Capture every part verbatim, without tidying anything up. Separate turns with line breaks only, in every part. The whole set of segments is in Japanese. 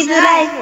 ーズライフ。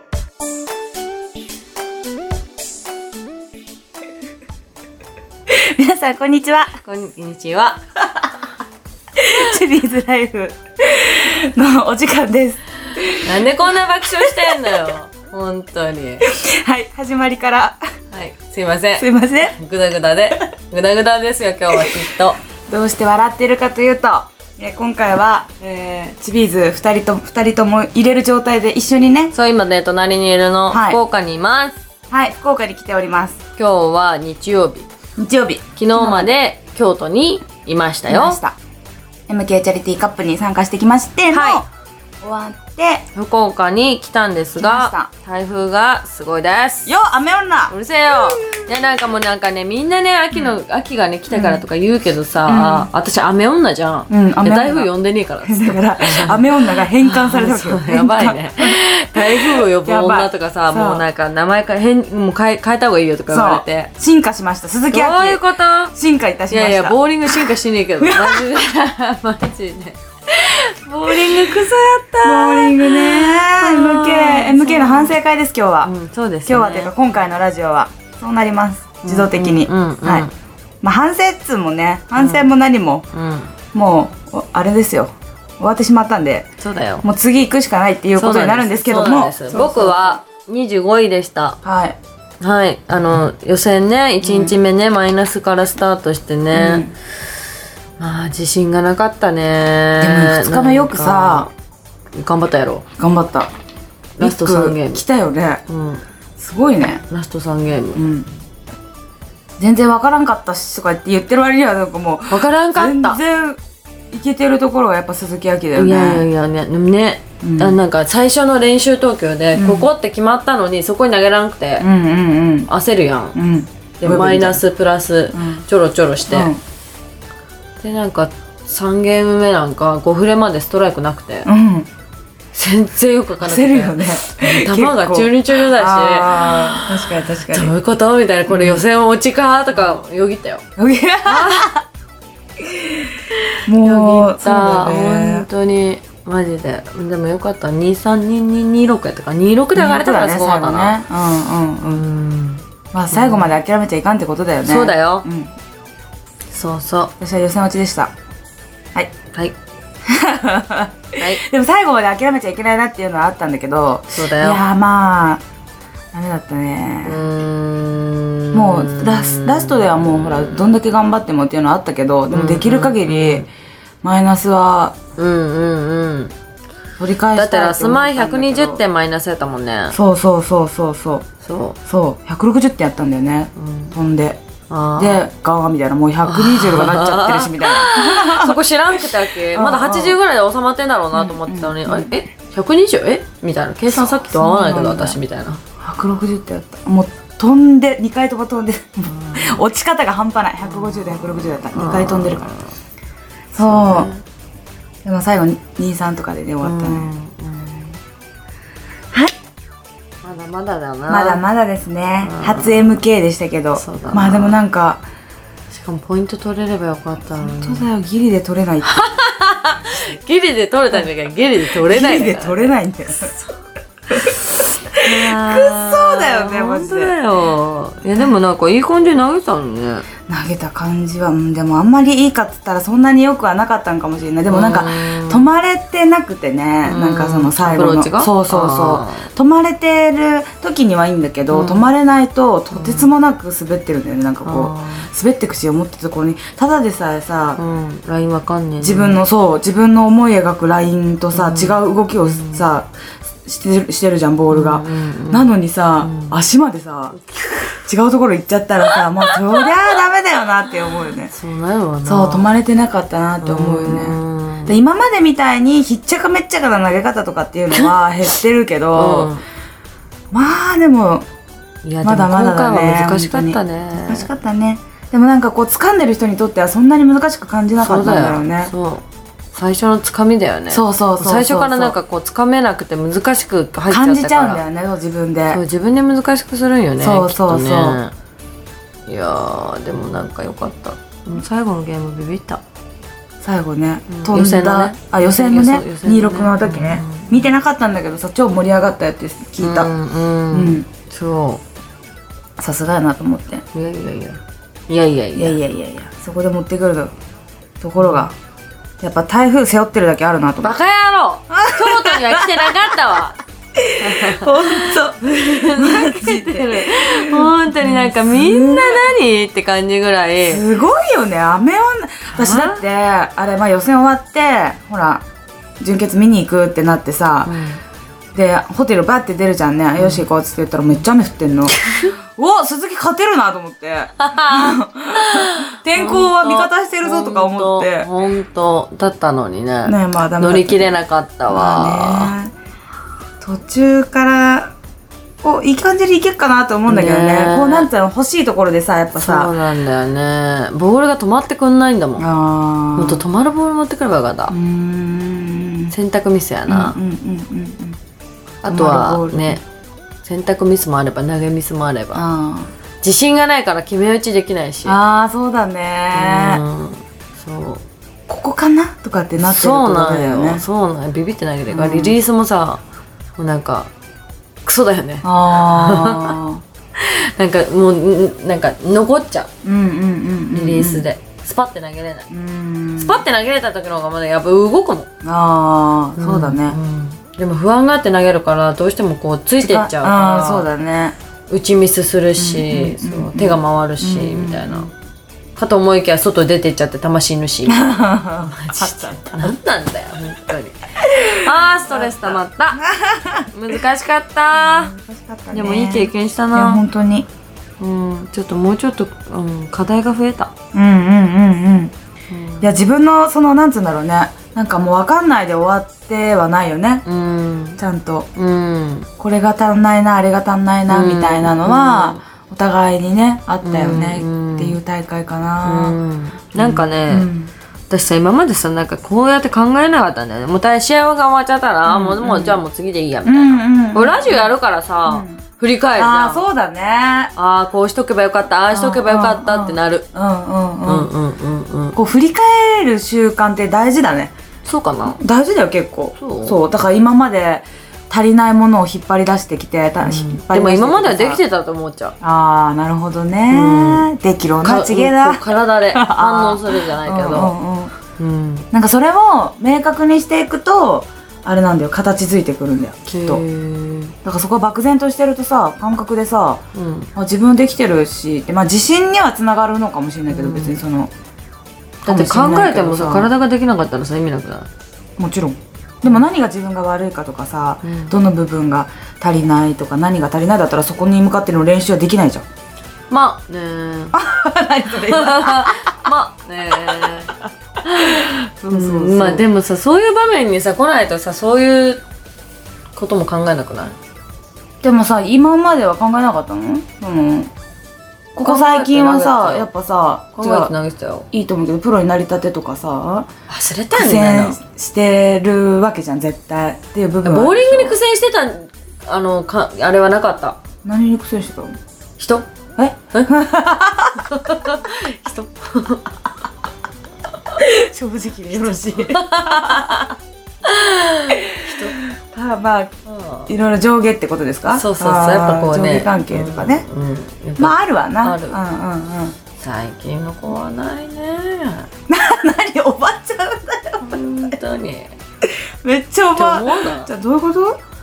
皆さんこんにちは。
こんにちは。
チビーズライフのお時間です。
なんでこんな爆笑してんのよ。本当に。
はい、始まりから。
はい、すいません。
すいません。
ぐだぐだで、ぐだぐだですよ今日はきっと。
どうして笑ってるかというと、えー、今回は、えー、チビーズふたりと二人とも入れる状態で一緒にね。
そう今ね隣にいるの、はい、福岡にいます。
はい、福岡に来ております。
今日は日曜日。
日曜日。
昨日まで京都にいましたよ。いました。
エムケー チャリティーカップに参加してきましての、はい、終わって
福岡に来たんですが、台風がすごいです。
よ、雨女。
うるせえよ。でなんかもうなんかねみんなね秋の、うん、秋がね来たからとか言うけどさ、うん、私雨女じゃん。うん、雨女。台風呼んでねえからっつって。だから
雨女が変換されたわけよ。
やばいね。台風を呼ぶ女とかさ、もうなんか名前か変もう変え変えた方がいいよとか言われて。
進化しました。鈴木亜希。ど
ういうこと？
進化いたしました。
いやいやボーリング進化してねえけどマジでマジで。ボーリングクソやった
ー。ボーリングねー。エムケー、エムケー の反省会です今日は。
うん、そうですね。
今日はというか今回のラジオはそうなります。自動的に。
うんうんうん、
はい。まあ反省っつうもね、反省も何も、うん、もうあれですよ。終わってしまったんで。
そうだよ。
もう次行くしかないっていうことになるんですけども。
僕はにじゅうごいでした。
はい。
はい。あの予選ね、いちにちめね、うん、マイナスからスタートしてね。うん、まあ自信がなかったね。
でもふつかめよくさ
頑張ったやろ。
頑張った。
ラストさんゲーム
来たよね。うん、すごいね。
ラストさんゲーム、うん、
全然わからんかったしとかって言ってる割にはなんかもう
わからんかった。
全然いけてるところがやっぱ鈴木亜希だよね。
いやいやいやね、ね、うん、あなんか最初の練習投球で、うん、ここって決まったのにそこに投げらんくて、うんうんうん、焦るやん、うん、でマイナスプラス、うん、ちょろちょろして、うん、でなんかさんゲーム目なんかごフレまでストライクなくて、うん、全然よくわからなくて、
焦るよね。
球がチュルチュルだ
し、確かに確かに。
どういうことみたいな、これ予選落ちかとかよぎったよ。よぎったもうよぎった、ね、本当にマジで。でもよかった。にさんにににろくやったかにじゅうろくで上がれたからすごかったな。ね、うんうんうん。
まあ最後まで諦めちゃいかんってことだよね。
そうだよ。うん、そうそう。
私は予選落ちでした。はい
はい。
はい、でも最後まで諦めちゃいけないなっていうのはあったんだけど、
そうだよ。
いやまあダメだったね。うーん、もうラス、ラストではもうほらどんだけ頑張ってもっていうのはあったけど、でもできる限りマイナスは
うんうんうん
取り返したいと思ったんだけど。だって
ラスマイひゃくにじゅってんマイナスやったもんね。
そうそうそうそうそう
そう
そうひゃくろくじゅってんやったんだよね、うん、飛んで。でガーみたいな、もうひゃくにじゅうとかなっちゃってるしみたいなそ
こ知らんくてわけ。まだはちじゅうぐらいで収まってんだろうなと思ってたのに、うんうん、えひゃくにじゅうえみたいな、計算さっきと合わないけど私みたいな。ひ
ゃくろくじゅうってやった。もう飛んでにかいとも飛んで落ち方が半端ない。ひゃくごじゅうでひゃくろくじゅうだった。にかい飛んでるから。そう、でも最後にじゅうさんとかで、ね、終わったね。
まだまだだな。
まだまだですね。初 エムケー でしたけど、まあでもなんか
しかもポイント取れればよかったのに。
本当だよ、ギリで取れないって
ギリで取れたんだけどギリで取れない
ギリで取れないんだよくっそうだよねマジで。
本当だよ。いやでもなんかいい感じで投げたのね。
投げた感じは、うん、でもあんまりいいかっつったらそんなによくはなかったんかもしれない。でもなんか止まれてなくてね、なんかその最後のそうそうそう止まれてる時にはいいんだけど、止まれないととてつもなく滑ってるんだよね。なんかこう滑ってくし、思ってたところにただでさえさ、
うん、ラインわかんねえ、ね、
自分のそう自分の思い描くラインとさ、うん、違う動きをさ、うん、してる、してるじゃんボールが、うんうんうん、なのにさ、うん、足までさ違うところ行っちゃったらさ、もうそりゃダメだよなって思うよね。
そうなるわな。
そう止まれてなかったなって思うよね。で今までみたいにひっちゃかめっちゃかな投げ方とかっていうのは減ってるけど、うん、まあでも
いやまだまだだね。今回は難しかったね。
難しかったね。でもなんかこう掴んでる人にとってはそんなに難しく感じなかったんだろうね。
そう最初のつかみだよね。
そうそうそうそう。
最初からなんかこうつかめなくて難しく入っちゃったから
感じちゃうんだよね、自分で。
そう自分で難しくするんよね。
そうそうそう、
ね、いやーでもなんか良かった。最後のゲームビビった。
最後ね、うん、飛んだ、ね、あ予選のねにじゅうろくの時ね、うん、 見てなかったんだけどさ超盛り上がったよって聞いた。うん、うんうん、そうさすがやなと思って。
いやいやいやいやいやいや
いやいやいやそこで持ってくるところがやっぱ台風背負ってるだけあるなと思って。
バカ野郎京都には来てなかったわ
ほんとマジで
本当になんかみんな何って感じぐらい
すごいよね。雨は私だってあれまあ予選終わってほら準決見に行くってなってさ、うん、でホテルバッて出るじゃんね、うん、よし行こうっつって言ったらめっちゃ雨降ってんのお鈴木勝てるなと思って天候は味方してるぞとか思って
本当だったのにね、ねまあ、ダメだった乗り切れなかったわ、まあね、
途中からおいい感じでいけるかなと思うんだけど ね, ねこうなんていうの欲しいところでさやっぱさ
そうなんだよねボールが止まってくんないんだもん。あもっと止まるボール持ってくればよかった。うーん選択ミスやな、うんうんうんうん、あとはね選択ミスもあれば投げミスもあればあ自信がないから決め打ちできないし
ああそうだねうんそうここかなとかってなってるとだよね。
そうなんよビビって投げてるから、うん、リリースもさもうなんかクソだよねあなんかもうなんか残っちゃう、うんうんうんうん、リリースでスパッて投げれない。うんスパッて投げれた時の方がまだやっぱ動くもん。
ああ、うん、そうだね、うん
でも不安があって投げるからどうしてもこうついてっちゃうから
あそうだね
打ちミスするし、うんうんうんうん、手が回るし、うんうんうん、みたいなかと思いきや外出てっちゃって球死ぬしマジで何なんだよ本当にあーストレス溜まった難しかった、難しかったね、でもいい経験したな。いや
本当に、
うん、ちょっともうちょっと、うん、課題が増えた。
うんうんうんうん、うん、いや自分のそのなんつうんだろうねなんかもう分かんないで終わってはないよね、うん、ちゃんと、うん、これが足んないなあれが足んないな、うん、みたいなのは、うん、お互いにねあったよね、うん、っていう大会かな、うん、
なんかね、うん、私さ今までさなんかこうやって考えなかったんだよね。もう試合が終わっちゃったら、うん、もうもうじゃあもう次でいいやみたいな、うんうん、ラジオやるからさ、うん振り返るじゃん。
あそうだね。
ああこうしとけばよかったああしとけばよかったってなる。うんうん
うんうんうんうん。こう振り返る習慣って大事だね。
そうかな。
大事だよ結構。そう。そうだから今まで足りないものを引っ張り出してきて、うん、引っ張り出してきて
でも今まではできてたと思っちゃう。
ああなるほどね。うん、できるなちげえだ。
体で反応するじゃないけど。うん
うんうん、なんかそれを明確にしていくと。あれなんだよ形づいてくるんだよきっと。だからそこは漠然としてるとさ感覚でさ、うん、あ自分できてるしで、まあ、自信にはつながるのかもしれないけど、うん、別にその
だって考えてもさ体ができなかったらさ意味なくない？
もちろん。でも何が自分が悪いかとかさ、うん、どの部分が足りないとか何が足りないだったらそこに向かっての練習はできないじゃん。
まあねー何それまあねーそうそうそう、うん、まあでもさそういう場面にさ来ないとさそういうことも考えなくない？
でもさ今までは考えなかったの？うん、ここ最近はさやっぱさ
考えて投げてたよ。
いいと思うけどプロになりたてとかさ
忘れたよね
苦戦してるわけじゃん絶対っていう部分は。
ボーリングに苦戦してたあのかあれはなかった。
何に苦戦してたの？
人？
え？え？
人？
正直でよろしいあまあいろいろ上下ってことですか？
そうそうそうやっぱこうね
上下関係とかね、うんうん、まああるわな。ある、うん
うんうん、最近の子はないね
何おばちゃんだよ
本当に
めっちゃおばじゃあどういうこと？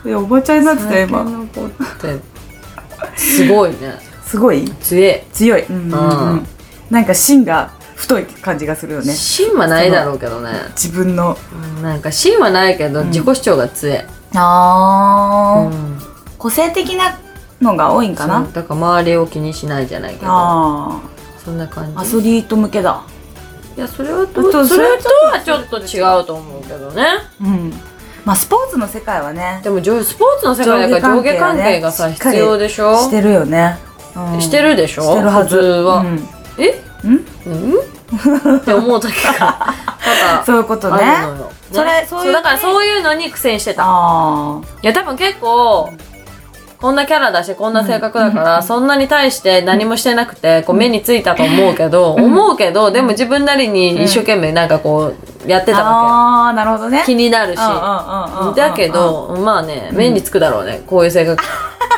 いやおばちゃんになってた今。最近の子って
すごいね
すごい
強い
強い、うんうんうん、なんか芯が太い感じがするよね。
芯はないだろうけどね
自分の、
うん、なんか芯はないけど、うん、自己主張が強い。
あー、うん、個性的なのが多いんかな。
だから周りを気にしないじゃないけどあそんな感じ。
アスリート向けだ。
いやそれはとそれとはちょっと違うと思うけどね。うん
まあスポーツの世界はね
でもスポーツの世界だから上下関係がさ、ね、必要でしょ。
してるよね、
うん、してるでしょ
してるはず
普通は、うん、えうん
うん
って思う時が
そういうことね。
それそういうだからそういうのに苦戦してた。あいや多分結構こんなキャラだしこんな性格だから、うん、そんなに対して何もしてなくてこう目についたと思うけど、うん、思うけどでも自分なりに一生懸命なんかこうやってたわけ。
ああなるほどね。
気になるし。だけどまあね目につくだろうね、うん、こういう性格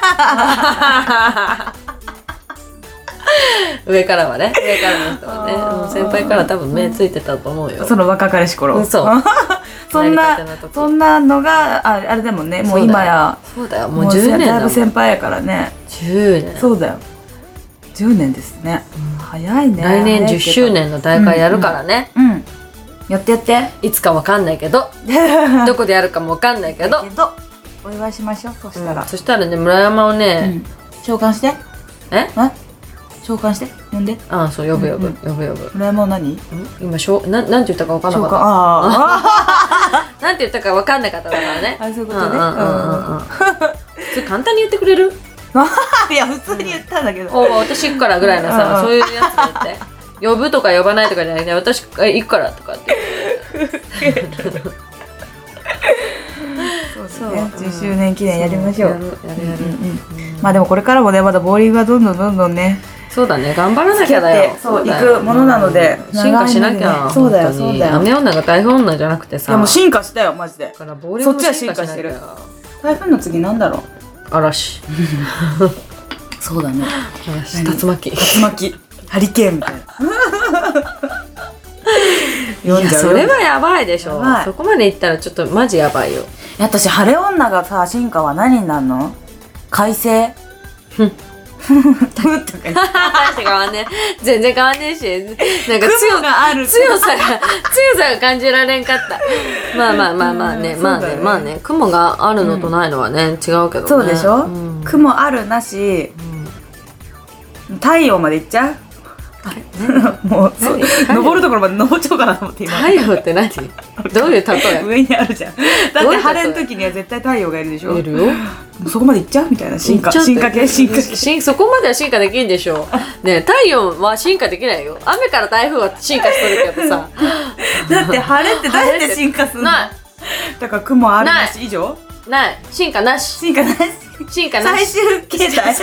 上からはね上からの人はねもう先輩から多分目ついてたと思うよ、
その若かりし頃。そうそんなそんなのが あ, あれでもねもう今や
そうだよもうじゅうねんだもん。
だいぶ先輩やからね。
じゅうねん。
そうだよじゅうねんですね、うん、早いね。
来年じゅっしゅうねんの大会やるからね、
うん、うんうん、やってやって。
いつかわかんないけどどこでやるかもわかんないけど
けどお祝いしましょう。そしたら、うん、
そしたらね村山をね、
うん、召喚して。ええ召喚して呼んで。
ああそう呼ぶ呼ぶ、うん、呼ぶ呼ぶ。
村山を何
今しょう な, なんて言ったか分からなかった。
あ
なんて言ったか分かんなかっただからね。
あそういうことね。
それ簡単に言ってくれる
いや普通に言ったんだけど、
お私行くからぐらいのさそういうやつで言って呼ぶとか呼ばないとかじゃなくて私行くからとかって
そうねじゅっしゅうねん記念やりましょう。やるやるやる、うんうん、まあでもこれからもねまだボーリングがどんどんどんどんね
そうだね頑張らなきゃだよ。
そう行くものなので、
うん、進化しなきゃ。
そうだよそうだよ。
雨女が台風女じゃなくてさ。
いやもう進化したよマジで。
だからボーリングも進化してる。
台風の次なんだろう。
嵐
そうだね。
嵐竜巻
竜巻ハリケーンみたいな
いやそれはやばいでしょ。そこまでいったらちょっとマジやばいよ。
私晴れ女がさ進化は何になるの？快晴
変わんね全然変わんねえしなんか強
がある
強さが強さが感じられんかったまあまあまあまあね、うん、まあね、ね、まあね雲があるのとないのはね、うん、違うけどね。
そうでしょ、うん、雲あるなし、うん、太陽まで行っちゃうもう登るところまで登っちゃおうかなと思って今。
太陽って何どういう例え？
上にあるじゃん。だって晴れの時には絶対太陽がいるでしょ。
いるよ。
そこまで行っちゃうみたいな進化進化系進化系
そこまでは進化できるんでしょうね。太陽は進化できないよ。雨から台風は進化しとるけどさ
だって晴れってどうやって進化するの？ないだから雲あるなし以上
ない進化なし
進化なし
進化なし
最終形態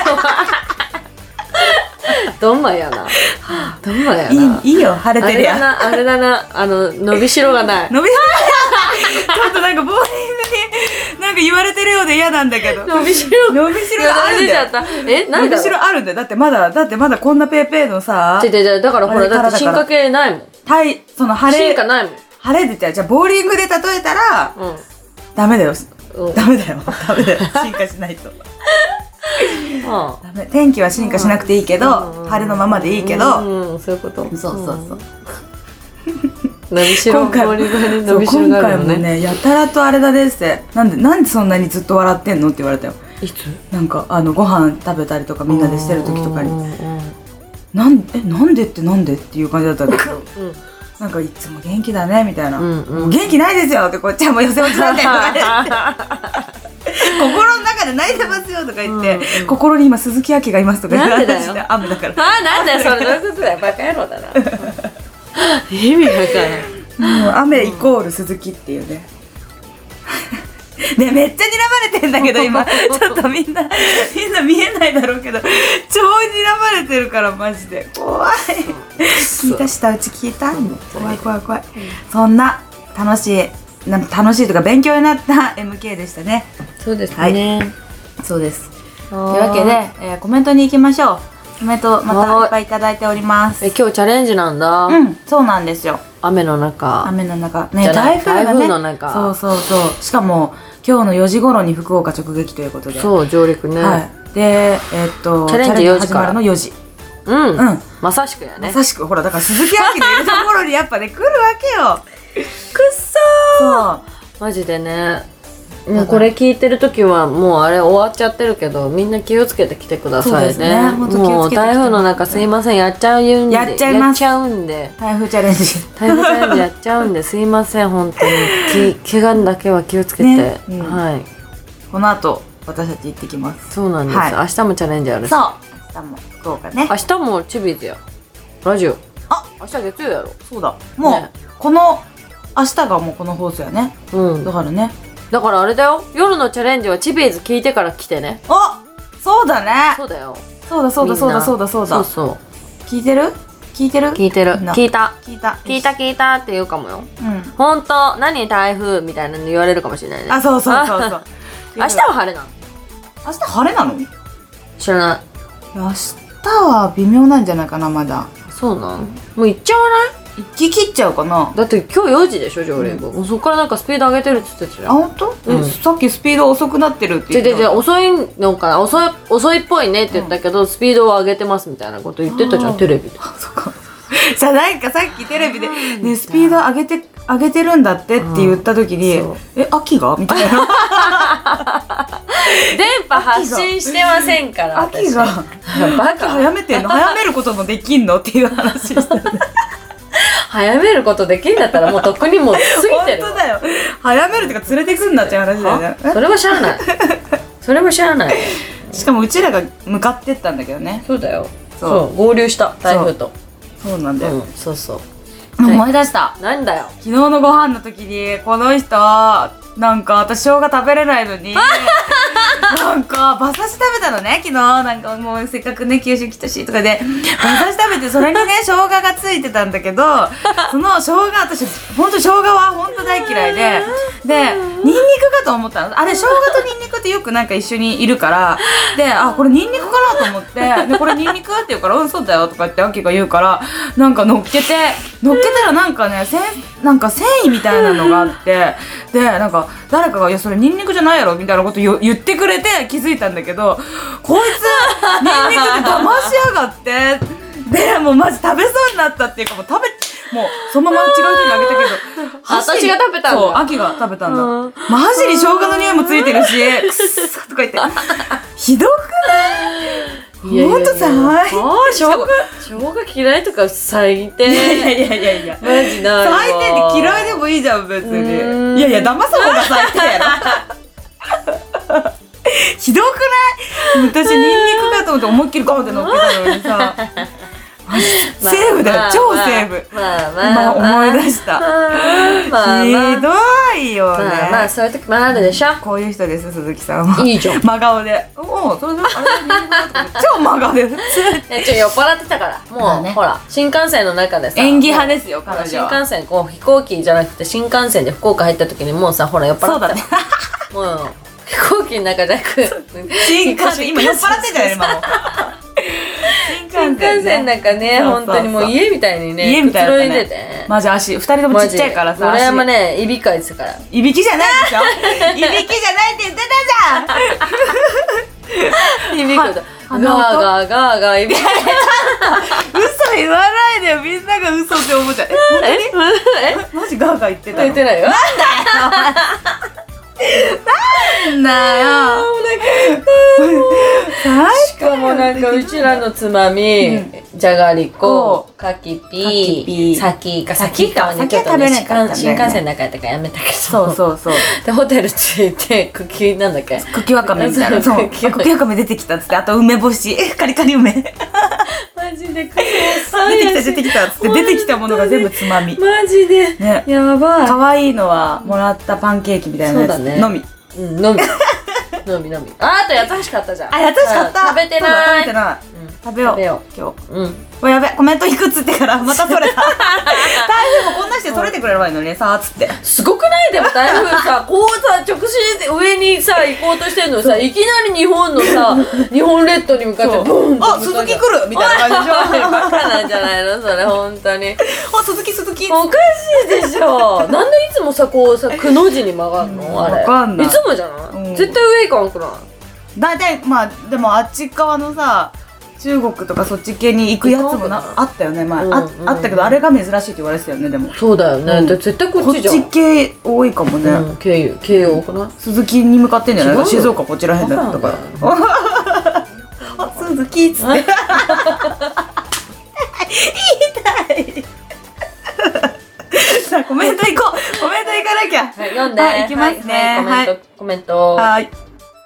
どんまやなどんまやな。
いい、いいよ晴れてるやん。
あれだなあの伸びしろがない
伸びしろちょっとなんかボーリングになんか言われてるようで嫌なんだけど
伸びしろ
伸びしろがあるんだよ。
え
伸びしろあるんだよ。だってまだだってまだこんなペーペーのさ
だからほらだって進化系ないもん。
はいその晴れ
進化ないもん。
晴れでじゃじゃボーリングで例えたら、うん、ダメだよ、うん、ダメだよダメだよ進化しないとダメ。天気は進化しなくていいけど、うん、晴れのままでいいけど、
うんうん、そういうこと。
そうそうそう、うん
伸びしろ
今回も
伸びしろがあるよね。
今回もねやたらとあれだですってなんでなんでそんなにずっと笑ってんのって言われたよ。
いつ
なんかあのご飯食べたりとかみんなでしてる時とかになんえなんでってなんでっていう感じだったんだけど、うん、なんかいつも元気だねみたいな、うんうん、もう元気ないですよってこっちはもう寄せ落ちなんだよとか言って心の中で泣いてますよとか言って、うんうん、心に今鈴木亜希がいますとか言って
なんでだよ
雨だから
あなんだよそれどういうことだよバカ野郎だな意味わから
ん。もう雨イコール鈴木っていうねねめっちゃ睨まれてんだけど今ちょっとみんなみんな見えないだろうけど超睨まれてるからマジで怖い聞いた下打ち聞いた怖い怖い怖い、うん、そんな楽しいなんか楽しいとか勉強になった エムケー でしたね。
そうですね、
はい、そうです。というわけで、えー、コメントに行きましょう。コメントまたいっぱいいただいております。
え今日チャレンジなんだ。
うんそうなんですよ。
雨の中
雨の中ね台風がね台風の中そうそうそうしかも今日のよじ頃に福岡直撃ということで
そう上陸ね、
はい、でえー、っと
チャレンジよじ
始まるのよじ
うん、うん、まさしくやね
まさしくほらだから鈴木亜希のいるところにやっぱね来るわけよ
くっそーそうマジでねもうこれ聞いてる時はもうあれ終わっちゃってるけどみんな気をつけてきてください ね, ねもう台風の中すいませんやっちゃうんで
やっちゃいます
やっちゃうんで
台風チャレンジ
台風チャレンジやっちゃうんですいません本当にき怪我だけは気をつけて、ねうん、はい
この後私たち行ってきます。
そうなんです、はい、明日もチャレンジあるし
そう明日も福岡ね
明日もチビーズやラジオ
あ
明日月曜やろ
そうだもう、ね、この明日がもうこの放送やねうんだからね
だからあれだよ夜のチャレンジはチビーズ聞いてから来てね。
あそうだね
そうだよ
そうだそうだそうだそうだそうだ
そうそう
聞いてる聞聞いてる？
聞いてる。聞いた。
聞いた。
聞いた聞いたって言うかもよ。
うん。
ほんと、何台風みたいなの言われるかもしれないね。
あ、そうそうそうそう。
明日は晴れなの？
明日晴れなの？
知らない。
明日は微妙なんじゃないかな、まだ。
そうなん？もう行っちゃわない？
行き切っちゃうかな。
だって今日よじでしょ、条例部。もうそこからなんかスピード上げてるって言ってたじゃん。
あ、ほんと？え、さっきスピード遅くなってるって言ってた。
違う違う、遅いのかな、遅い、遅いっぽいねって言ったけど、スピードを上げてますみたいなこと言ってたじゃん、テレビで。
あ、そっか。じゃあなんかさっきテレビで、ね、スピード上げて、上げてるんだってって言った時に、え、秋がみたいな。
電波発信してませんから。
秋が。バカ早めてんの？早めることもできんのっていう話してる。
早めることできんだったらもうとっくにもう過ぎてる。
本当だよ。早めるってか連れてくんなっていう話だよね。
それはしゃあない。それもしゃあない。
しかもうちらが向かってったんだけどね。
そうだよ。そう合流した台風と。
そうなんだよ。
そうそう。
思い出した。
なんだよ。
昨日のご飯の時にこの人なんか私生姜食べれないのになんか馬刺し食べたのね昨日。なんかもうせっかくね九州来たしとかで馬刺し食べてそれにね生姜がついてたんだけどその生姜私ほんと生姜はほんと大嫌いででニンニクかと思ったの。あれ生姜とニンニクってよくなんか一緒にいるからであこれニンニクかなと思ってでこれニンニクって言うからうんそうだよとかってアキが言うからなんか乗っけて乗っけたらなんかねせんなんか繊維みたいなのがあってでなんか誰かが「いやそれニンニクじゃないやろ」みたいなこと言ってくれて気づいたんだけどこいつニンニクって騙しやがってでもうマジ食べそうになったっていうかもう食べもうそのまま違う人にあげたけど
私が食べたんだ。
そう秋が食べたんだ。マジに生姜の匂いもついてるしくっそとか言ってひどくないほんとさあ
生姜生姜嫌いとか最低。
いやいやいやいやいや
マジないわ。
最低で嫌いでもいいじゃん別に。いやいや騙す方が最低やろひどくない私ニンニクかと思って思いっきりゴンって乗っけたのにさセーブだよ超セーブ。
まあまあ
今思い出した。ひどいよね。
まあまあそういう時もあるでしょ。
こういう人です鈴木さんは。
いいじゃん。
真顔でおおそれであれ超真顔で普通
にちょ酔っ払ってたからもうほら新幹線の中でさ
演技派ですよ彼女。
新幹線こう飛行機じゃなくて新幹線で福岡入った時にもうさほら酔っ払ってた。もう飛行機の中じゃなく
新幹線今酔っ払ってんじゃない今も。
新幹線なんかね本当にもう家みたいにね
家みたいな
ね
ねマジ足二人ともちっちゃいからさ。
村山ねいびきかいてたから。
いびきじゃないでしょいびきじゃないって言ってたじゃん
いびきだガーガーガーガーいびき
嘘言わないでよみんなが嘘って思っちゃう。え
え
えマジガーガー言ってたの？
言ってないよ。
なんだよ
しかもなんかうちらのつまみじゃがりこかきピーさきかさきかはねちょっとね新幹線の中やったからやめたけど
そうそうそう
でホテル着いて茎なんだっけ
茎わかめみたいなそう茎わかめ出てきたっつってあと梅干しカリカリ梅
マジで出て
きた出てきたっつって出てきたものが全部つまみ
マジでねやばい。
可愛いのはもらったパンケーキみたいなやつのみ
うんのみのみのみあと八つ橋買ったじゃん。
あ八つ橋買った
食べてない
食べてない食べよう
食べよ
う今日
うん
おやべコメントいくつってからまたそれた台風もこんなしてそれてくれればいいのにさーっつって
すごくないでも台風さこうさ直進で上にさ行こうとしてんのさいきなり日本のさ日本列島に向かってボンって
あ鈴木来るみたいな感じでしょ
バカなんじゃないのそれ本当に
あ鈴木鈴木
おかしいでしょなんでいつもさこうさくの字に曲がるのあれ
わかんない
いつもじゃない絶対上行かんくない
大体まあでもあっち側のさ中国とかそっち系に行くやつもなあったよね前、うんうん、あ, あったけどあれが珍しいって言われてたよねでも
そうだよね、うん、絶対こっちじゃん
こっち系多いかもね、うん、
経由経由多くない、うん、
鈴木に向かってんじゃないか静岡こっちらへんだったからあ鈴木っつって言いたいさあコメント行こうコメント行かなきゃ、
はい、読んで、
はい、行きますね、
はいはい、コメント、
はい、はい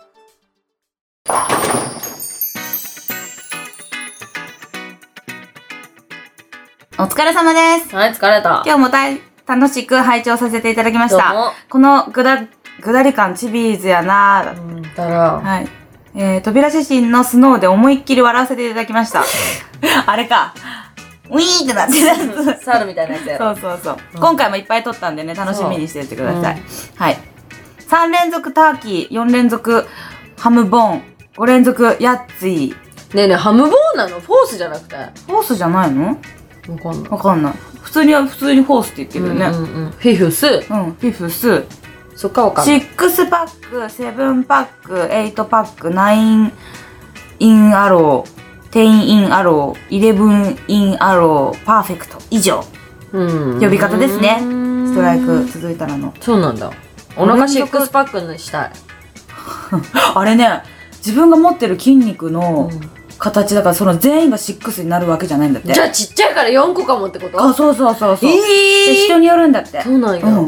お疲れ様です。
はい、疲れた。
今日も大楽しく拝聴させていただきました。このぐだ、ぐだり感チビーズやなぁ。
うんだら。
はい。えー、扉写真のスノーで思いっきり笑わせていただきました。あれか。 ウィーンってなってるやつ
猿みたいなやつやろ。
そうそうそう、うん、今回もいっぱい撮ったんでね、楽しみにしておいてください、うん、はい。さん連続ターキー、よん連続ハムボーン、ご連続ヤッツィ。
ねえねえ、ハムボーンなの？フォースじゃなくて？
フォースじゃないの？
わかんない。
わかんない。普通には普通にフォースって言ってるよね。
うんうんうん、フィフス。うん、
フィフス。
そっかわかんない。
シックスパック、セブンパック、エイトパック、ナインインアロー、テンインアロー、イレブンインアロー、パーフェクト以上。うん。呼び方ですね。ストライク続いたらの。
そうなんだ。お腹シックスパックにしたい。
あれね、自分が持ってる筋肉の形だから、その全員がシックスになるわけじゃないんだって。
じゃあちっちゃいからよんこかもってこと？
あ、そうそうそうそう。えー、で人によるんだって。
そうなんや。うん、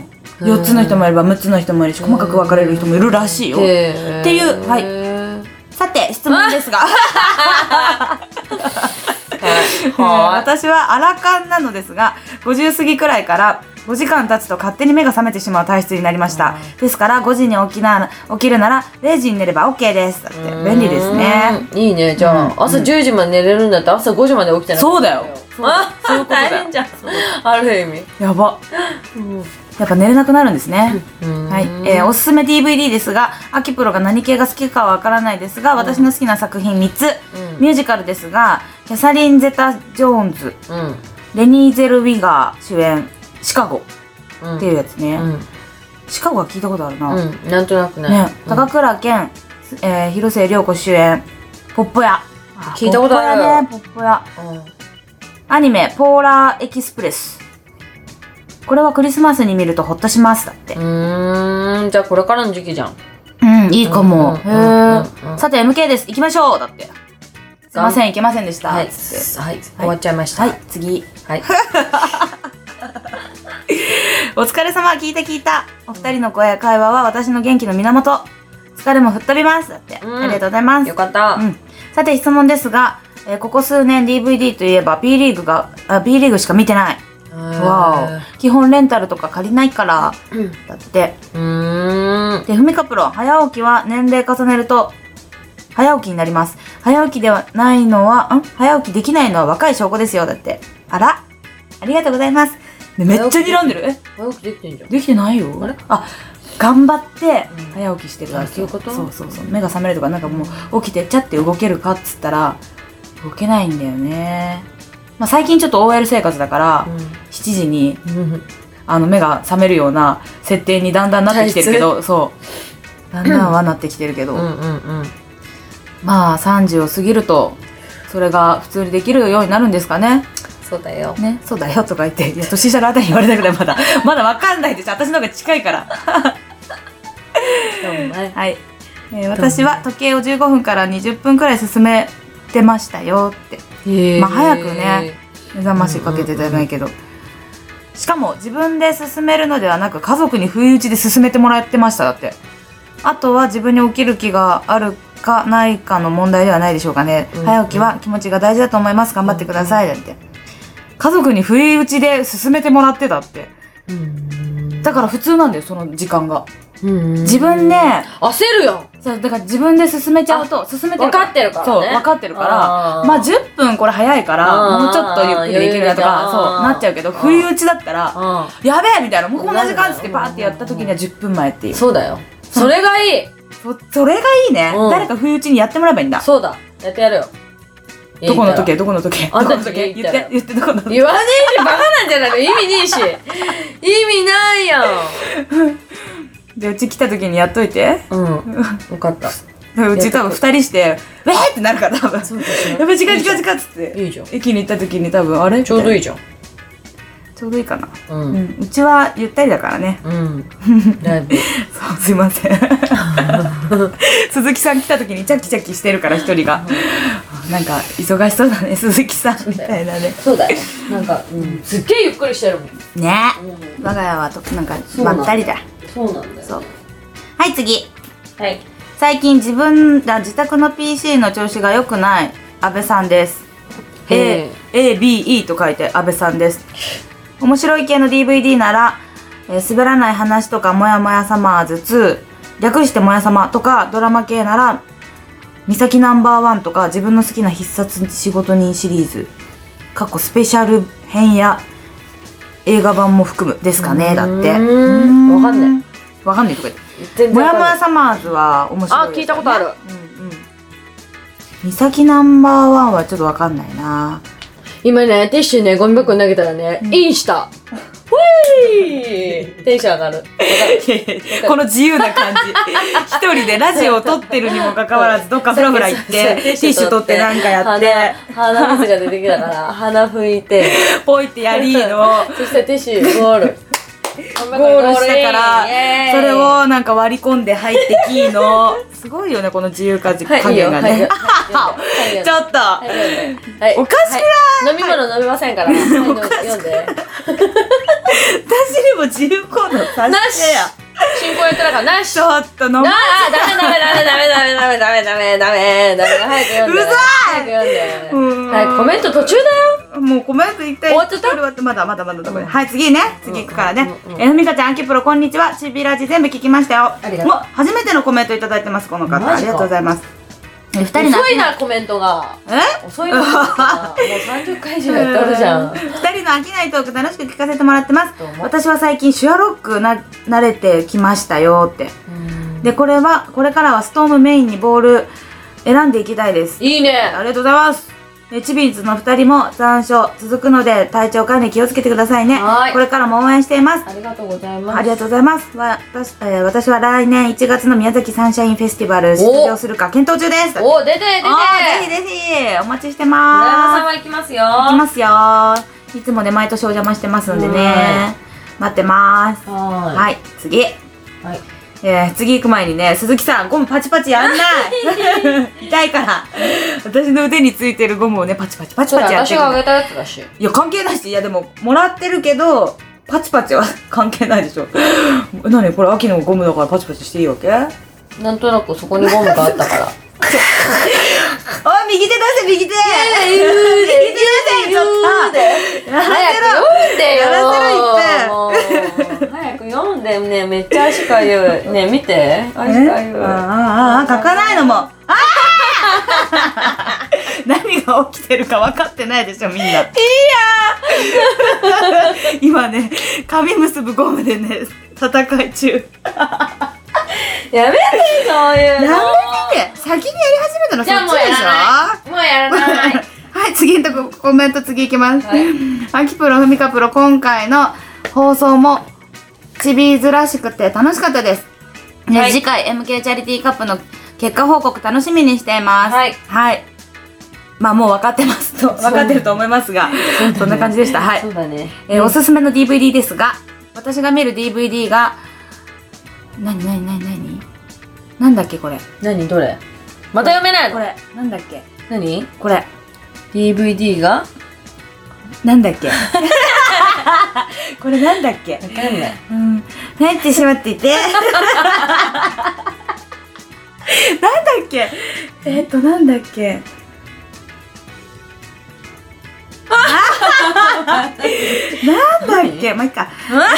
よっつの人もいればむっつの人もいるし、細かく分かれる人もいるらしいよ。っていう、はい。さて、質問ですが。私はアラカンなのですが、ごじゅう過ぎくらいからごじかん経つと勝手に目が覚めてしまう体質になりました。ですからごじに起きな起きるなられいじに寝れば OK です。だって便利ですね。
いいね。じゃあ、うん、朝じゅうじまで寝れるんだったら朝ごじまで起きてない。
そうだよ。そうだよ。そういうことだよ。
大変じゃん。ある意味。
やば。うんやっぱ寝れなくなるんですね。はい、えー、おすすめ ディーブイディー ですが、アキプロが何系が好きかはわからないですが、私の好きな作品みっつ、うん、ミュージカルですが、キャサリン・ゼタ・ジョーンズ、うん、レニー・ゼルウィガー主演、シカゴっていうやつね。うん、シカゴは聞いたことあるな。
うん、なんとなくね。
ね、高倉健、えー、広末涼子主演、ポップ屋。
聞いたことある。
ポップ屋ね、ポップ屋。うん、アニメ、ポーラーエキスプレス。これはクリスマスに見るとホッとしますだって。う
ーん、じゃあこれからの時期じゃん。
うん、いいかも。へえ。さて エムケー です。行きましょうだって。すいません、行けませんでした。
はい、はい、終わっちゃいました。
はい、次。
はい。
お疲れ様、聞いた聞いた。お二人の声や会話は私の元気の源。疲れも吹っ飛びますだって。ありがとうございます。
よかった。うん。
さて質問ですが、えここ数年 ディーブイディー といえば B リーグが、あ、B リーグしか見てない。わお、基本レンタルとか借りないから、うん、だって。うーん。で、ふみかプロ、早起きは年齢重ねると早起きになります。早起きではないのは、ん早起きできないのは若い証拠ですよだって。あら、ありがとうございます。ね、めっちゃ睨んでる。え、
早起きできてんじゃん。
できてないよ。あれ、あ、頑張って早起きしてるわけ。
そういうこと？
そうそうそう。目が覚めるとか、なんかもう起きてちゃって動けるかっつったら動けないんだよね。まあ、最近ちょっと オーエル 生活だから、うん、しちじに、うん、あの目が覚めるような設定にだんだんなってきてるけど、そうだんだんはなってきてるけど、うんうんうん、まあさんじを過ぎるとそれが普通にできるようになるんですかね。
そうだよ、
ね、そうだよとか言って、いや年下のあたりに言われたくない。まだまだわかんないでしょ、私の方が近いからはい、えー、私は時計をじゅうごふんからにじゅっぷんくらい進めてましたよって。まあ早くね目覚ましかけてたないけど、うんうんうん、しかも自分で進めるのではなく家族に不意打ちで進めてもらってましただって。あとは自分に起きる気があるかないかの問題ではないでしょうかね、うんうん、早起きは気持ちが大事だと思います、頑張ってくださいだって。家族に不意打ちで進めてもらってたって、うん、だから普通なんだよその時間が。自分で
焦るよ。
そうだから自分で進めちゃうと進めてる
分かってるからね。
そう分かってるからまあじゅっぷんこれ早いからもうちょっとゆっくりできるなとかそうなっちゃうけど、不意打ちだったらやべえみたいな、もうこんな時間っつってバーってやった時にはじゅっぷんまえっていう。
そうだよ、それがいい。
そ, それがいいね、うん、誰か不意打ちにやってもらえばいいんだ。
そうだ、やってやるよ。
どこの時計どこの時計
あんた
の時計言って言ってどこの時計
言わねえし、バカなんじゃないの。意味ねえし意味ないやん
じゃあうち来た時にやっといて。
うん分かった。
うち多分ふたりしてウェーってなるから多分そうですね、やっぱ時間時間時間っつって
いいじゃん。
駅に行った時に多分あれ
ちょうどいいじゃん。
ちょうどいいかな、うんうん、うちはゆったりだからね。うんだいぶそうすいません鈴木さん来た時にチャキチャキしてるから一人がなんか忙しそうだね鈴木さんみたいなね。
そうだよ、なんか、うん、すっげえゆっくりしてるもん
ね、うん、我が家はとなんかまったりだ。
そうなんだよ。そう。
はい次。
はい。
最近自分が自宅の ピーシー の調子が良くない安倍さんです。A A B E と書いて安倍さんです。面白い系の ディーブイディー なら、えー、滑らない話とかもやもやサマーズツー、略してもやさまとか、ドラマ系なら三崎ナンバーワンとか自分の好きな必殺仕事人シリーズ過去スペシャル編や映画版も含むですかね。だって
うーんわかんない
わかんないとか言ってもやもやサマーズは面白い、
ね、あ聞いたことある。
うんうん。三崎ナンバーワンはちょっとわかんないな。
今ねティッシュねゴミ箱に投げたらね、うん、インしたふいテンション上がる
この自由な感じ一人でラジオを撮ってるにもかかわらずどっかフラフラ行ってティッシュ取ってなんかやって
鼻鼻水が出てきたから鼻拭いて
ポイってやりーの
そしてティッシュゴール
ゴールしたからそれをなんか割り込んで入ってきーのすごいよねこの自由加減がねちょっとおかしくない？
飲み物飲みませんから読んで
私にも自由行動させてや
進行やってなからなし
ちょっと飲ま
せあダメダメダメダメダメダメダメダメダメダメ早く読んで
うざい
早く読んで早くコメント途中だよ
もうコメント一回
終わっちゃった
まだまだまだだこれはい次ね次行くからねえふみかちゃんあきプロこんにちはちびラジ全部聞きましたよもう初めてのコメントいただいてますこの方ありがとうございます
二人遅いなコメントが
え
遅いなコメントがもうさんじゅっかい以上やってるじゃん
二人の飽きないトーク楽しく聞かせてもらってます私は最近シュアロックな慣れてきましたよってでこれはこれからはストームメインにボール選んでいきたいです
いいね
ありがとうございますでチビーズのふたりも残暑続くので体調管理気をつけてくださいねこれからも応援しています
ありがとうございます
ありがとうございます私、えー、私は来年いちがつの宮崎サンシャインフェスティバル出場するか検討中です
お出て出て
ぜひぜひお待ちしてます
村山さんは行きますよ
行きますよいつもね毎年お邪魔してますんでね待ってますはい次
はい
えー、次行く前にね鈴木さんゴムパチパチやんない痛いから私の腕についてるゴムをねパチパチパチパチやってる
私があげたやつだし
いや関係ないしいやでももらってるけどパチパチは関係ないでしょ何これ秋のゴムだからパチパチしていいわけ
なんとなくそこにゴムがあったから
おい右手出せ右手右手出せちょっと
早く読んでよ
やらせろ
いっぺん早く読んでねめっちゃ足かゆいね見て足かゆい
ああ書かないのもあ何が起きてるか分かってないでしょみんないいや今ね髪結ぶゴムでね戦い中
やめてそういうの
やめて先にやり始めたのそっちでしょ
もうやらない
はい次のとこコメント次いきます、はい、あきプロふみかプロ今回の放送もチビーズらしくて楽しかったです、ねはい、次回 エムケー チャリティーカップの結果報告楽しみにしています
はい、
はい、まあもう分かってますと分かってると思いますが そ,、ね、そんな感じでしたはい
そうだね、
えー、おすすめの ディーブイディー ですが私が見る ディーブイディー がなになになになになんだっけこれ
何どれまた読めないの
これなんだっけ
何
これ
ディーブイディー が
なんだっけこれなんだっけ
わかんない
うん入ってしまっていてなんだっけえっとなんだっけなんだっけまあいいか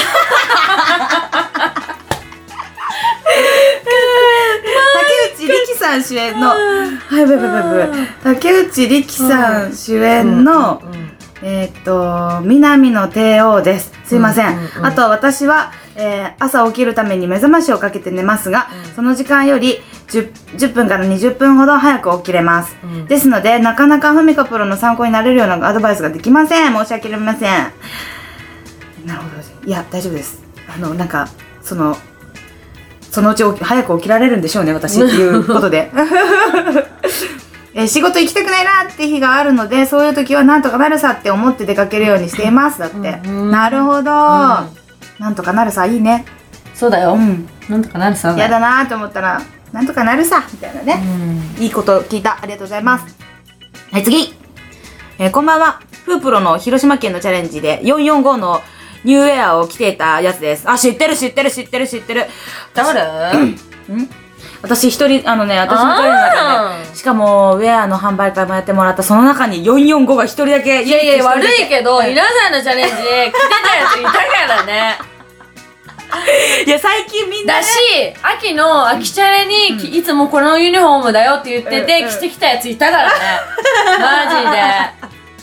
竹内力さん主演のはいブブブブ竹内力さん主演のえっと南の帝王ですすいません、うんうんうん、あと私は、えー、朝起きるために目覚ましをかけて寝ますが、うん、その時間より 10, じゅっぷんからにじゅっぷんほど早く起きれます、うん、ですのでなかなかふみかプロの参考になれるようなアドバイスができません申し訳ありませんなるほどいや大丈夫ですあのなんかそのそのうち早く起きられるんでしょうね私っていうことでえ仕事行きたくないなって日があるのでそういう時はなんとかなるさって思って出かけるようにしていますだってなるほど、うん、なんとかなるさいいね
そうだよ、うん、なんとかなるさ
やだなと思ったらなんとかなるさみたいなね、うん、いいこと聞いたありがとうございますはい次、えー、こんばんはフープロの広島県のチャレンジでよんよんごのニューウェアを着ていたやつですあ知ってる知ってる知ってる知ってる
誰ん
私一人あのね私のトイレの中でしかもウェアの販売会もやってもらったその中によんよんごが一人だけ
いやいや悪いけど皆さんのチャレンジで着てたやついたからね
いや最近みんな、ね、
だし秋の秋チャレに、うん、いつもこのユニフォームだよって言ってて、うん、着てきたやついたからねマジで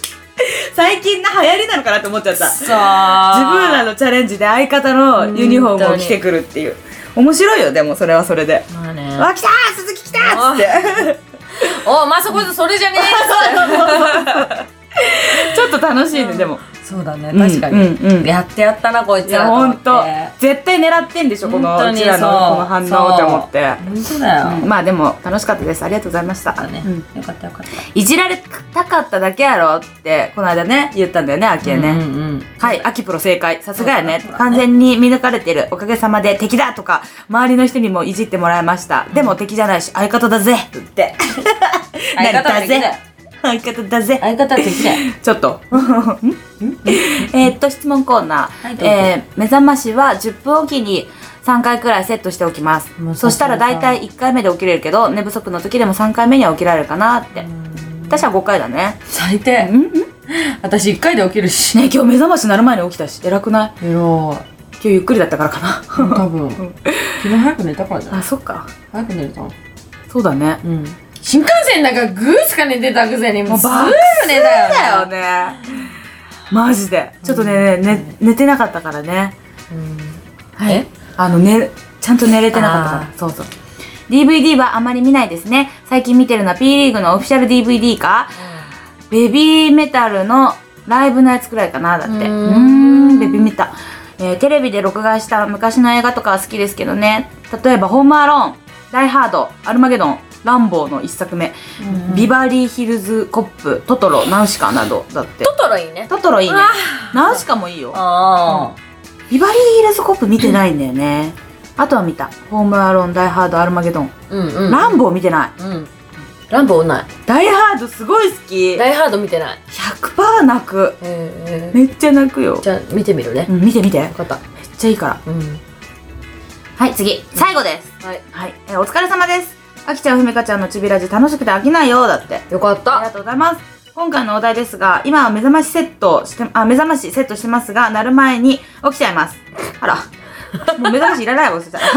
最近の流行りなのかなって思っちゃった。
さあ
自分らのチャレンジで相方のユニフォームを着てくるっていう。面白いよ、でもそれはそれで。
まあね。
わ、来たー鈴木来たーっつって。
おまあそこでそれじゃねえっつって。
ちょっと楽しいね、でも。
そうだね、確かに。やってやったな、こいつら。
ほんと。絶対狙ってんでしょ、このうちらのこの反応って思って。
本当だよ。
まあでも楽しかったです。ありがとうございました。
よかったよかった。
いじられたかっただけやろって、この間ね、言ったんだよね、アキエね。はい、アキプロ正解。さすがやね。完全に見抜かれてる。おかげさまで敵だとか、周りの人にもいじってもらいました。でも敵じゃないし、相方だぜって。
相方だぜ。
相方だぜ。
相方敵だよ。
ちょっと。えっと、質問コーナー。えー、目覚ましはじゅっぷんおきにさんかいくらいセットしておきます。そしたら大体いっかいめで起きれるけど、寝不足の時でもさんかいめには起きられるかなって。私はごかいだね。
最低。私いっかいで起きるし。
ね、今日目覚まし鳴る前に起きたし、偉くない？
偉い。
今日ゆっくりだったからかな。
多分。昨日早く寝たからじゃん。
あ、そっか。
早く寝れたの？
そうだね。
うん。新幹線なんかグーしか寝てたくせにもうすぐ寝
だよね。マジでちょっとね、ね寝てなかったからね。はい。あのね、ちゃんと寝れてなかったから。そうそう。ディーブイディー はあまり見ないですね。最近見てるのは P リーグのオフィシャル ディーブイディー か、ベビーメタルのライブのやつくらいかな。だって。うーん、ベビーメタ。えー、テレビで録画した昔の映画とかは好きですけどね。例えばホームアローン、ダイハード、アルマゲドン、ランボーの一作目、うん、ビバリーヒルズコップ、トトロ、ナウシカなどだって。
トトロいいね。
トトロいいね。ナウシカもいいよ。
あ、
うん、ビバリーヒルズコップ見てないんだよね。あとは見た。ホームアローン、ダイハード、アルマゲドン。うんうんうん、ランボー見てない。うん、
ランボーない。
ダイハードすごい好き。
ダイハード見てない。
ひゃくパーセント 泣く。えー、めっちゃ泣くよ。
じゃあ見てみるね。
うん、見て見て。
分かった。
めっちゃいいから。うん、はい、次。最後です。はい。はい、えー、お疲れ様です。あきちゃん、ふみかちゃんのちびラジ楽しくて飽きないよ。だって。
よかった。
ありがとうございます。今回のお題ですが、今は目覚ましセットして、あ、目覚ましセットしてますが、鳴る前に起きちゃいます。あら。もう目覚ましいらないわ、そしたら。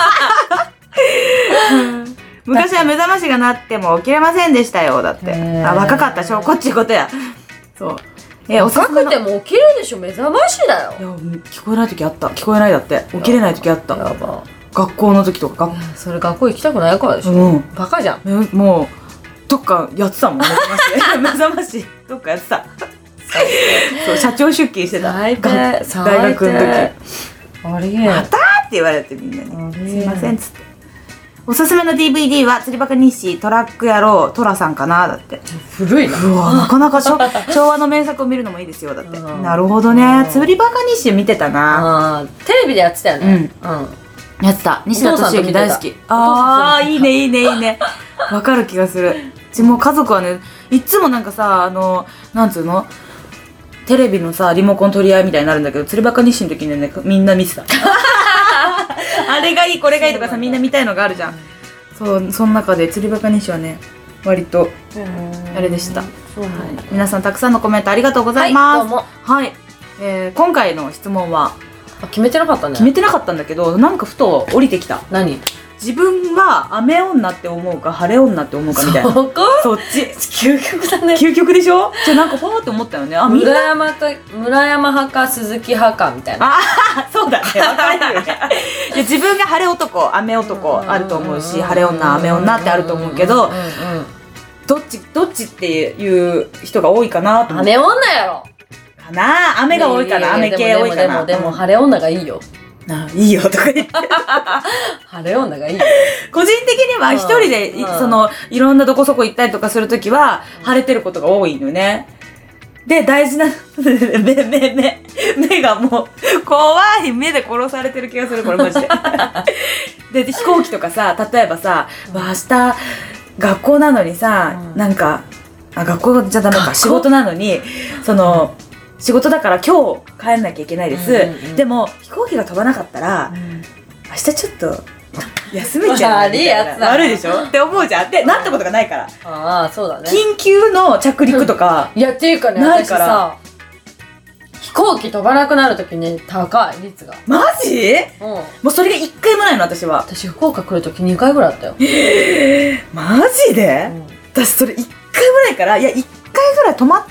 昔は目覚ましが鳴っても起きれませんでしたよ。だって。あ、若かった証拠っていうことや。そう。
えー、若くても起きるでしょ、目覚ましだよ。
いや、聞こえない時あった。聞こえないだって。起きれない時あった。やば。学校の時とか。
それ学校行きたくないからでしょ。うん。バカじゃん。
もう、どっかやってたもん、目覚まし。目覚まし、どっかやってた。そう、社長出勤してた。
大
学の時。
ありえ。
またって言われてみんなに。すいません、つって。おすすめの ディーブイディー は、釣りバカ日誌、トラック野郎、トラさんかな。だって。
古いな。
うわ、なかなか昭和の名作を見るのもいいですよ。だって。なるほどね。釣りバカ日誌見てたな。
テレビでやってたよね。うん。
やってた。西田敏行大好き。ああ、いいね、いいね、いいね。わかる気がする。うちも家族はね、いつもなんかさ、あの、なんつうのテレビのさ、リモコン取り合いみたいになるんだけど、釣りバカ日誌の時にね、みんな見てた。あれがいい、これがいいとかさ、みんな見たいのがあるじゃん。そう、その中で釣りバカ日誌はね、割と、あれでした。はい、皆さんたくさんのコメントありがとうございます。はい、どうも。はい。えー、今回の質問は、
あ、決めてなかったね。
決めてなかったんだけど、なんかふと降りてきた。
何？
自分は雨女って思うか晴れ女って思うかみたいな。
そこ？
そっち。
究極だね。
究極でしょ？じゃあなんかほーって思ったよね。あ、みんな
村山か村山派か鈴木派かみたいな。
ああ、そうだね。分かれるよね。いや、自分が晴れ男、雨男あると思うし、晴れ女、雨女ってあると思うけど、どっちどっちっていう人が多いかなと思って。
雨女やろ。
かな、雨が多いかな、雨系多いかな。
でもでも晴れ女がいいよ。
あ、いいよとか言って
晴れ女がいいよ。
個人的には一人でそのいろんなどこそこ行ったりとかするときは晴れてることが多いのね。で、大事な目目目目がもう怖い、目で殺されてる気がする、これマジで。で、飛行機とかさ、例えばさ、明日学校なのにさ、なんかあ、学校じゃダメか、仕事なのにその仕事だから今日帰んなきゃいけないです、うんうんうん、でも飛行機が飛ばなかったら、うん、明日ちょっと休めちゃうみたいな。悪い悪いでしょって思うじゃん。で、なったことがないから。
ああ、そうだね。
緊急の着陸とか、
いやっていうかね、私さ、飛行機飛ばなくなるときに高い率が。
マジ？うん。もうそれがいっかいもないの、私は。
私福岡来るときにかいぐらいあったよ。
えー、マジで？うん、私それいっかいもないから、いやいっかいぐらい泊まってみ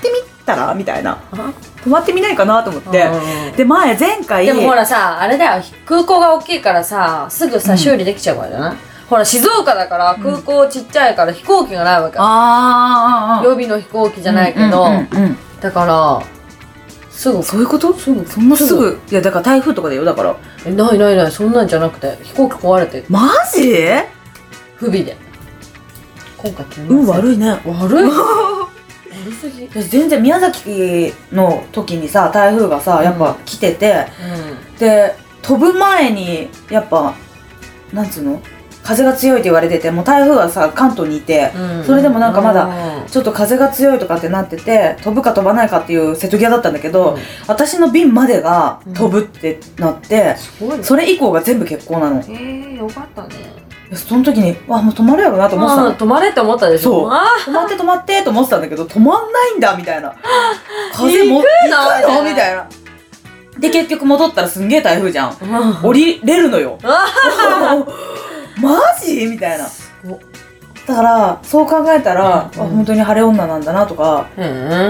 たらみたいな、泊まってみないかなと思って、で前前回
でもほらさあれだよ、空港が大きいからさすぐさ修理できちゃうからじゃない、うん、ほら静岡だから空港ちっちゃいから飛行機がないわけ、あ予備の飛行機じゃないけど、だからすぐ
そういうこと？すぐそんなすぐいやだから台風とかだよ、だから
えないないない、そんなんじゃなくて飛行機壊れて
マジ？
不備で今回来ません。
うん悪いね
悪い悪すぎ。
私全然宮崎の時にさ台風がさやっぱ来てて、うん、で飛ぶ前にやっぱなんつうの風が強いって言われてて、もう台風はさ関東にいて、うん、それでもなんかまだちょっと風が強いとかってなってて飛ぶか飛ばないかっていう瀬戸際だったんだけど、うん、私の便までが飛ぶってなって、うん、それ以降が全部欠航なの。
へえー、よかったね。
その時にわもう止まるやろなと思ってたの。
止まれって思ったでしょ。
そう止まって止まってと思ってたんだけど止まんないんだみたいな風も行くのみたいなで結局戻ったらすんげえ台風じゃん、うん、降りれるのよマジみたいな。だからそう考えたら、うん、あ本当に晴れ女なんだなとか、うん、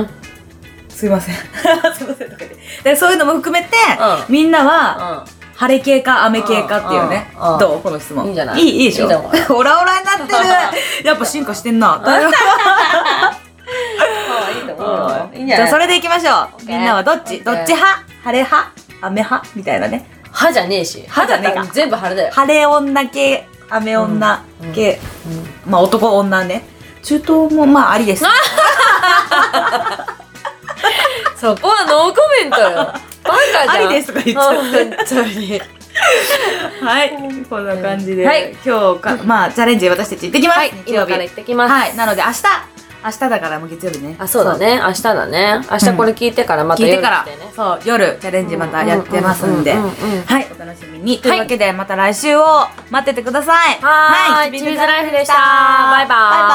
すいませんすいませんとかでそういうのも含めて、うん、みんなは、うん晴れ系か雨系かっていうね、うんうん、どうこの質問。
いいんじゃない？
いい、いいでしょ。オラオラになってるやっぱ進化してんな。
いいと思う。いいんじゃない？
じゃあそれでいきましょう。みんなはどっち？どっち派？晴れ派？雨派？みたいなね。
派じゃねえし。
派じゃねえか。
全部晴れだよ。
晴れ女系、雨女系、うん、まあ男女ね。中東もまあありです。
そこはノーコメントよ。バカじゃん。
ありですとか言っちゃった。本当に。はい、こんな感じで、はい、今日かまあチャレンジ私たち行ってきます。
はい、日曜日から行ってきます。
はい、なので明日明日だからもう月曜日ね。
あ、そうだね。明日だね。明日これ聞いてからまた夜来てね。
そう夜チャレンジまたやってますんで、はいお楽しみに。というわけでまた来週を待っててください。
はい、チビーズライフでした。バイバイ。